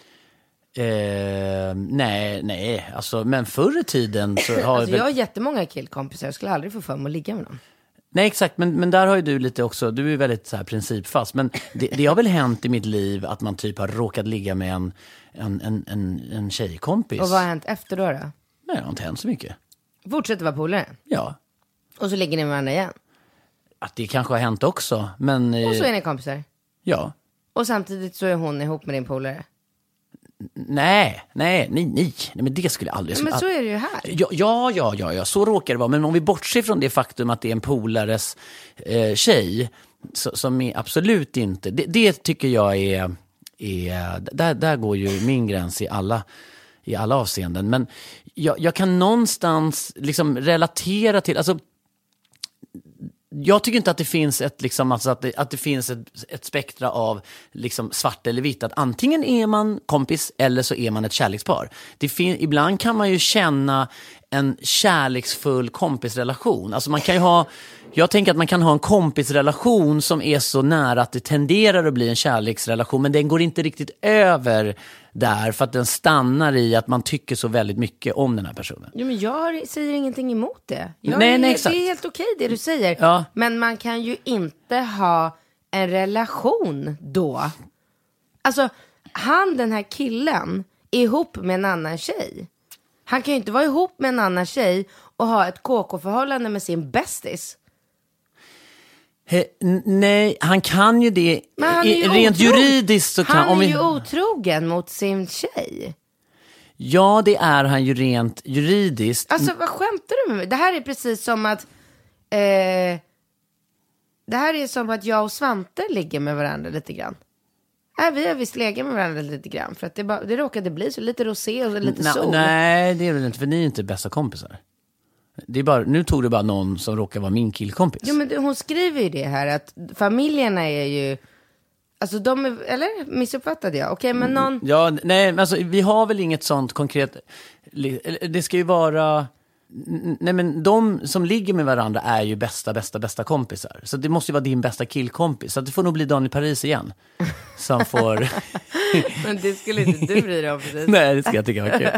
Nej, alltså, men förr i tiden så har alltså, jag har jättemånga killkompisar, jag skulle aldrig få för mig att ligga med dem. Nej, exakt, men där har ju du lite också, du är väldigt så här principfast, men det har väl hänt i mitt liv att man typ har råkat ligga med en tjejkompis. Och vad har hänt efter då? Nej, det har inte hänt så mycket. Fortsätter vara polare? Ja. Och så ligger ni med varandra igen? Att det kanske har hänt också, men... Och så är ni kompisar? Ja. Och samtidigt så är hon ihop med din polare? Nej, men det skulle jag aldrig... Men så är det ju här. Ja, så råkar det vara. Men om vi bortser från det faktum att det är en polares tjej, som är absolut inte... Det tycker jag är där går ju min gräns i alla avseenden. Men jag kan någonstans liksom relatera till... Alltså, jag tycker inte att det finns att det finns ett spektra av liksom svart eller vitt. Att antingen är man kompis eller så är man ett kärlekspar. Ibland kan man ju känna en kärleksfull kompisrelation. Alltså man kan ju jag tänker att man kan ha en kompisrelation som är så nära att det tenderar att bli en kärleksrelation, men den går inte riktigt över där för att den stannar i att man tycker så väldigt mycket om den här personen. Jo, men jag säger ingenting emot det. Nej, exakt. Det är helt okej det du säger. Ja. Men man kan ju inte ha en relation då. Alltså, den här killen, är ihop med en annan tjej. Han kan ju inte vara ihop med en annan tjej och ha ett KK-förhållande med sin bästis. Nej, han kan ju det. Men han är ju rent juridiskt så kan... Han är ju otrogen mot sin tjej. Ja, det är han ju rent juridiskt. Alltså, vad skämtar du med mig? Det här är precis som att... det här är som att jag och Svante ligger med varandra lite grann. Vi har visst legat med varandra lite grann. För att det råkade bli så lite rosé och lite sol. Nej, det är väl inte, för ni är inte bästa kompisar. Det är bara, nu tog det bara någon som råkar vara min killkompis. Jo, men hon skriver ju det här att familjerna är ju... Alltså eller missuppfattade jag? Okej, men någon... Ja, nej, alltså vi har väl inget sånt konkret... Det ska ju vara... Nej, men de som ligger med varandra är ju bästa kompisar. Så det måste ju vara din bästa killkompis. Så det får nog bli Daniel Paris igen. Som får... Men det skulle inte du bry dig om precis. Nej, det ska jag tycka var kul.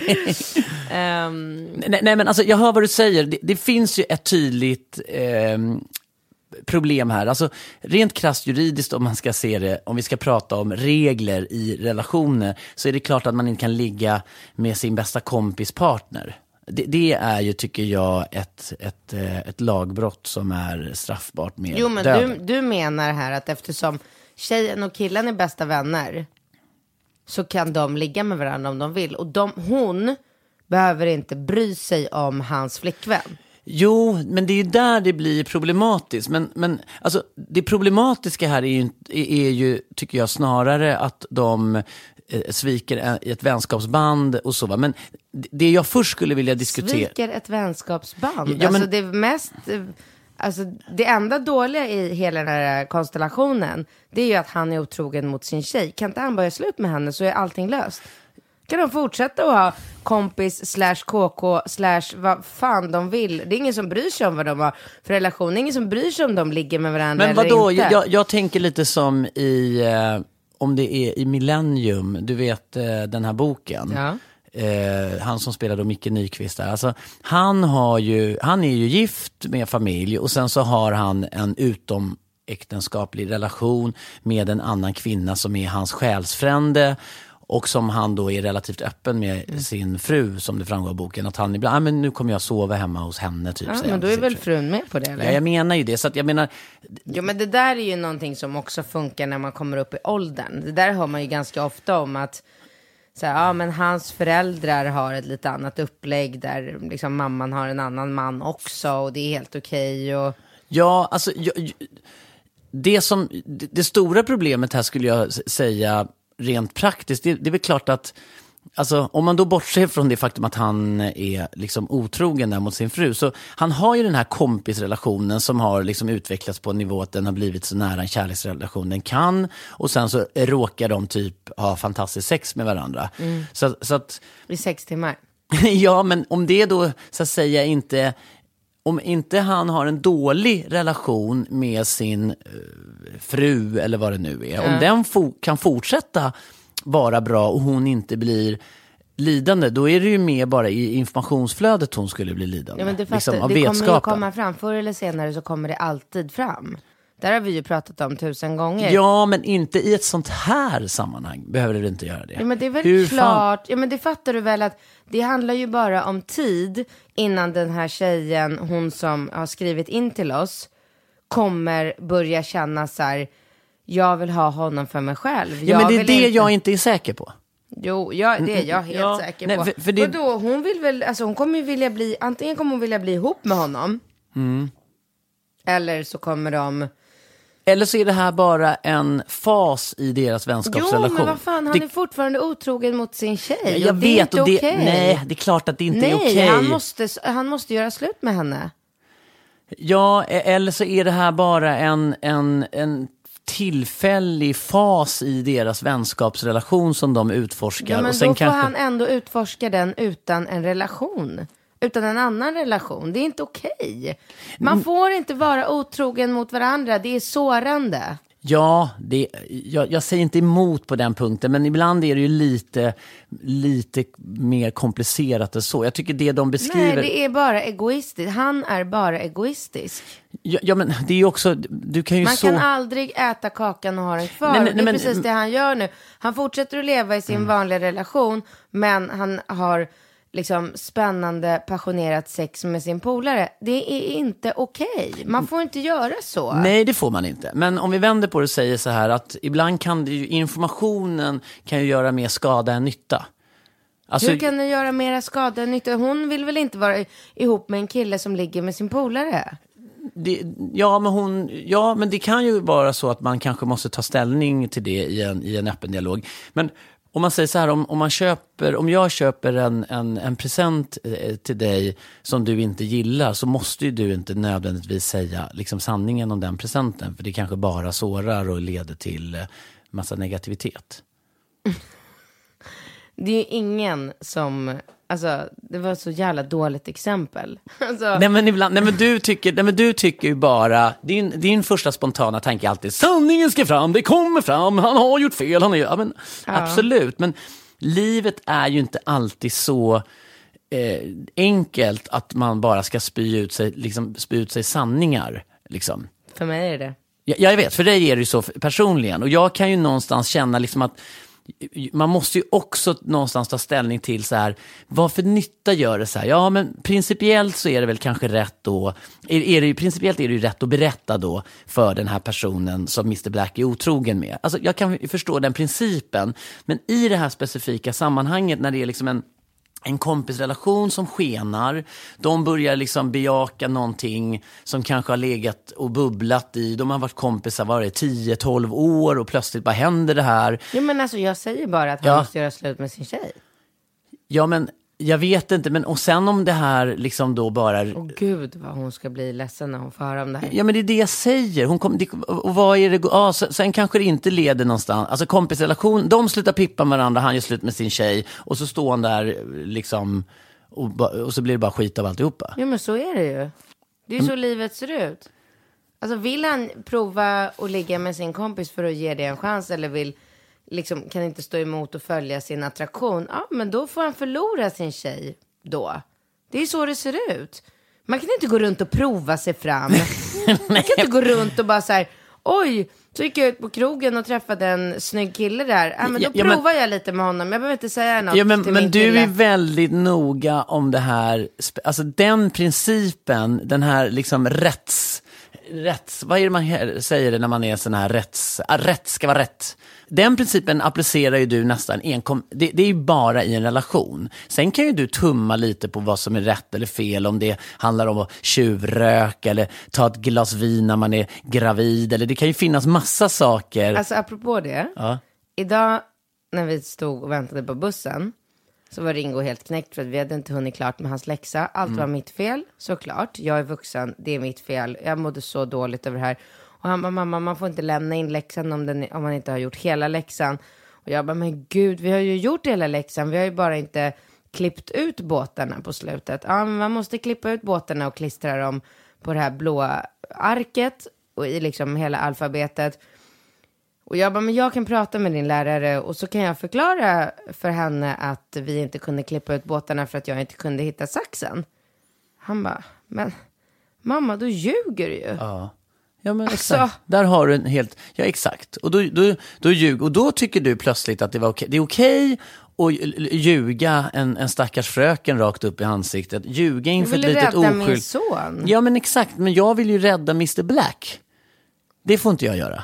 Nej, men alltså jag hör vad du säger. Det finns ju ett tydligt... problem här. Alltså rent krasst juridiskt, om man ska se det, om vi ska prata om regler i relationer, så är det klart att man inte kan ligga med sin bästa kompis partner. Det är ju, tycker jag, ett lagbrott som är straffbart med Jo, men du menar här att eftersom tjejen och killen är bästa vänner så kan de ligga med varandra om de vill. Och hon behöver inte bry sig om hans flickvän. Jo, men det är ju där det blir problematiskt. Men alltså, det problematiska här är ju, tycker jag, snarare att de sviker ett vänskapsband och så, va? Men det jag först skulle vilja diskutera... Sviker ett vänskapsband? Ja, men... Alltså det mest... Alltså det enda dåliga i hela den här konstellationen, det är ju att han är otrogen mot sin tjej. Kan inte han börja slut med henne så är allting löst? Kan de fortsätta att ha kompis /KK/ vad fan de vill? Det är ingen som bryr sig om vad de har för relation. Det är ingen som bryr sig om de ligger med varandra. Men vadå? Eller inte. Jag tänker lite som i... om det är i Millennium, du vet den här boken. Ja. han som spelar då Micke Nyqvist där. Alltså, han är ju gift med familj och sen så har han en utomäktenskaplig relation med en annan kvinna som är hans själsfrände. Och som han då är relativt öppen med sin fru, som det framgår av boken. Att han ibland, men nu kommer jag sova hemma hos henne typ. Ja, men då är väl frun med på det, eller? Ja, jag menar ju det. Så att jag menar... Jo, men det där är ju någonting som också funkar när man kommer upp i åldern. Det där hör man ju ganska ofta om att så här, ja, men hans föräldrar har ett lite annat upplägg där liksom mamman har en annan man också och det är helt okej. Och... Ja, alltså det stora problemet här skulle jag säga rent praktiskt, det är väl klart att alltså, om man då bortser från det faktum att han är liksom otrogen där mot sin fru, så han har ju den här kompisrelationen som har liksom utvecklats på en nivå att den har blivit så nära en kärleksrelation den kan, och sen så råkar de typ ha fantastiskt sex med varandra. Så att i 6 timmar. Ja, men om det då så att säga inte, om inte han har en dålig relation med sin fru eller vad det nu är, om den kan fortsätta vara bra och hon inte blir lidande, då är det ju mer bara i informationsflödet hon skulle bli lidande. Ja, men det, liksom, av det kommer ju vetskapen. komma fram, förr eller senare så kommer det alltid fram. Där har vi ju pratat om 1000 gånger. Ja, men inte i ett sånt här sammanhang behöver det inte göra det. Ja, men det är väl klart. Ja, men det fattar du väl att det handlar ju bara om tid innan den här tjejen, hon som har skrivit in till oss, kommer börja känna så här: jag vill ha honom för mig själv. Ja, men det är det inte... jag inte är säker på. Jo, det är jag helt säker på. För det... Och då, hon vill väl, alltså hon kommer ju vilja bli, antingen kommer hon vilja bli ihop med honom. Eller så kommer de... Eller så är det här bara en fas i deras vänskapsrelation. Jo, men vad fan, han är fortfarande otrogen mot sin tjej. Ja, jag det vet, är inte okej. Nej, det är klart att det inte är okej. Han måste göra slut med henne. Ja, eller så är det här bara en tillfällig fas i deras vänskapsrelation som de utforskar. Ja, men och sen då får han ändå utforska den utan en relation. Utan en annan relation. Det är inte okej. Man får inte vara otrogen mot varandra. Det är sårande. Ja, jag säger inte emot på den punkten, men ibland är det ju lite mer komplicerat än så. Jag tycker det de beskriver... Nej, det är bara egoistiskt. Han är bara egoistisk. Ja, men det är ju också... Du kan ju man kan aldrig äta kakan och ha den kvar. Nej, det är precis det han gör nu. Han fortsätter att leva i sin vanliga relation, men han har... liksom spännande, passionerat sex med sin polare. Det är inte okej. Man får inte göra så. Nej, det får man inte. Men om vi vänder på det och säger så här att ibland kan det ju, informationen kan ju göra mer skada än nytta. Alltså, hur kan den göra mer skada än nytta? Hon vill väl inte vara ihop med en kille som ligger med sin polare? Men det kan ju vara så att man kanske måste ta ställning till det i en öppen dialog. Men om man säger så här, om jag köper en present till dig som du inte gillar, så måste ju du inte nödvändigtvis säga liksom sanningen om den presenten, för det kanske bara sårar och leder till massa negativitet. Det är ju ingen som... Alltså, det var så jävla dåligt exempel. Alltså... Nej, men du tycker ju bara... Din första spontana tanke är alltid: sanningen ska fram, det kommer fram, han har gjort fel. Absolut, men livet är ju inte alltid så enkelt att man bara ska spy ut sig sanningar. Liksom. För mig är det. Jag vet, för dig är det ju så personligen. Och jag kan ju någonstans känna liksom att man måste ju också någonstans ta ställning till så här, vad för nytta gör det så här? Ja, men principiellt så är det väl kanske rätt då. Principiellt är det ju rätt att berätta då för den här personen som Mr. Black är otrogen med. Alltså jag kan förstå den principen, men i det här specifika sammanhanget när det är liksom en kompisrelation som skenar, de börjar liksom bejaka någonting som kanske har legat och bubblat i, de har varit kompisar 10-12 år och plötsligt bara händer det här. Jo, men alltså jag säger bara att han måste göra slut med sin tjej. Ja, men jag vet inte, men och sen om det här liksom då bara... Åh gud, vad hon ska bli ledsen när hon får höra om det här. Ja, men det är det jag säger. Och vad är det... Ja, sen kanske det inte leder någonstans. Alltså kompisrelation, de slutar pippa med varandra, han gör slut med sin tjej. Och så står han där liksom... Och så blir det bara skit av alltihopa. Ja, men så är det ju. Det är så livet ser ut. Alltså vill han prova att ligga med sin kompis för att ge det en chans, eller vill liksom kan inte stå emot och följa sin attraktion. Ja, men då får han förlora sin tjej då. Det är så det ser ut. Man kan inte gå runt och prova sig fram. Man kan inte gå runt och bara så här, oj, så gick jag ut på krogen och träffade en snygg kille där. Ja, men då provar jag lite med honom. Jag behöver inte säga något till min kille. Men du är väldigt noga om det här. Alltså den principen, den här liksom rätts, vad är det man säger när man är sån här rätt ska vara rätt. Den principen applicerar ju du nästan det är ju bara i en relation. Sen kan ju du tumma lite på vad som är rätt eller fel, om det handlar om att tjuvröka eller ta ett glas vin när man är gravid, eller det kan ju finnas massa saker. Alltså apropå det, idag när vi stod och väntade på bussen så var Ringo helt knäckt för att vi hade inte hunnit klart med hans läxa. Allt var mitt fel, såklart. Jag är vuxen, det är mitt fel. Jag mådde så dåligt över det här. Och han bara, mamma, man får inte lämna in läxan om man inte har gjort hela läxan. Och jag bara, men gud, vi har ju gjort hela läxan. Vi har ju bara inte klippt ut båtarna på slutet. Ja, men man måste klippa ut båtarna och klistra dem på det här blåa arket och i liksom hela alfabetet. Och jag bara, men jag kan prata med din lärare och så kan jag förklara för henne att vi inte kunde klippa ut båtarna för att jag inte kunde hitta saxen. Han bara, men mamma, då ljuger du ju. Ja, men exakt. Där har du en helt... Ja, exakt. Och då ljug. Och då tycker du plötsligt att det var okej. Det är okej att ljuga en stackars fröken rakt upp i ansiktet. Ljuga inför ett litet oskyld. Jag vill rädda min son. Ja, men exakt. Men jag vill ju rädda Mr. Black. Det får inte jag göra.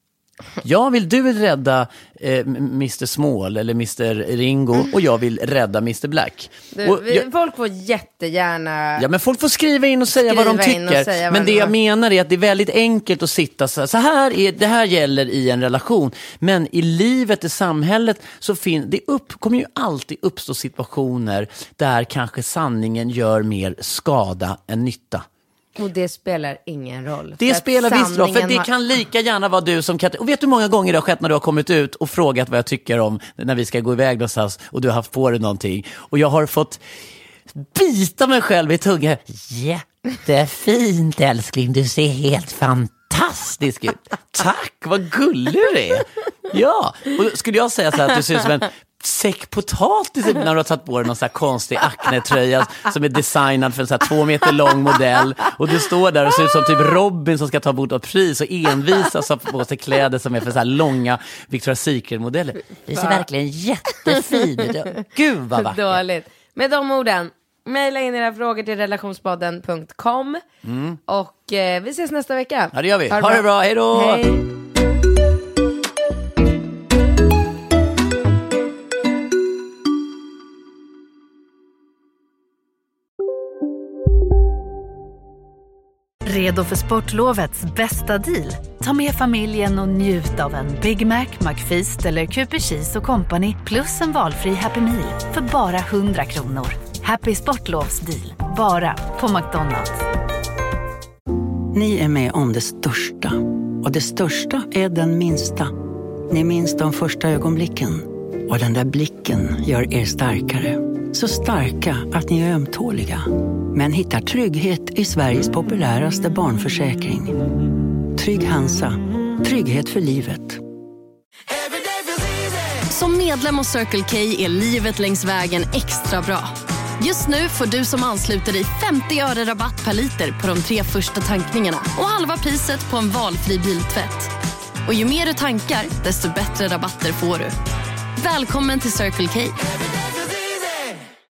Du vill rädda Mr. Small eller Mr. Ringo och jag vill rädda Mr. Black. Folk får jättegärna... Ja, men folk får skriva in och säga vad de tycker. Men det jag menar är att det är väldigt enkelt att sitta så här. Det här gäller i en relation. Men i livet, i samhället så kommer ju alltid uppstå situationer där kanske sanningen gör mer skada än nytta. Och det spelar ingen roll. Det spelar visst roll, för det kan lika gärna vara du som kan... Och vet du hur många gånger det har skett när du har kommit ut och frågat vad jag tycker om när vi ska gå iväg någonstans och du har haft på dig någonting. Och jag har fått bita mig själv i tungan. Jättefint, älskling. Du ser helt fantastisk ut. Tack, vad gullig du är. Ja, och skulle jag säga så här att du ser ut som en säck potatis när du har tagit på dig någon så här konstig Acne-tröja som är designad för en så här 2 meter lång modell och du står där och ser ut som typ Robin som ska ta bort ett pris och envisas av på sig kläder som är för så här långa Victoria's Secret-modeller. Det ser verkligen jättefint ut. Gud vad vackert. Dåligt. Med de orden, mejla in era frågor till relationspodden.com och vi ses nästa vecka. Ja, det gör vi. Ha det bra. Hej då! Hej. Redo för sportlovets bästa deal? Ta med familjen och njut av en Big Mac, McFeast eller Cooper Cheese och Company plus en valfri Happy Meal för bara 100 kronor. Happy Sportlovs deal, bara på McDonald's. Ni är med om det största. Och det största är den minsta. Ni minns de första ögonblicken. Och den där blicken gör er starkare. Så starka att ni är ömtåliga. Men hittar trygghet i Sveriges populäraste barnförsäkring. Trygg Hansa. Trygghet för livet. Som medlem hos Circle K är livet längs vägen extra bra. Just nu får du som ansluter dig 50 öre rabatt per liter på de 3 första tankningarna och halva priset på en valfri biltvätt. Och ju mer du tankar, desto bättre rabatter får du. Välkommen till Circle K.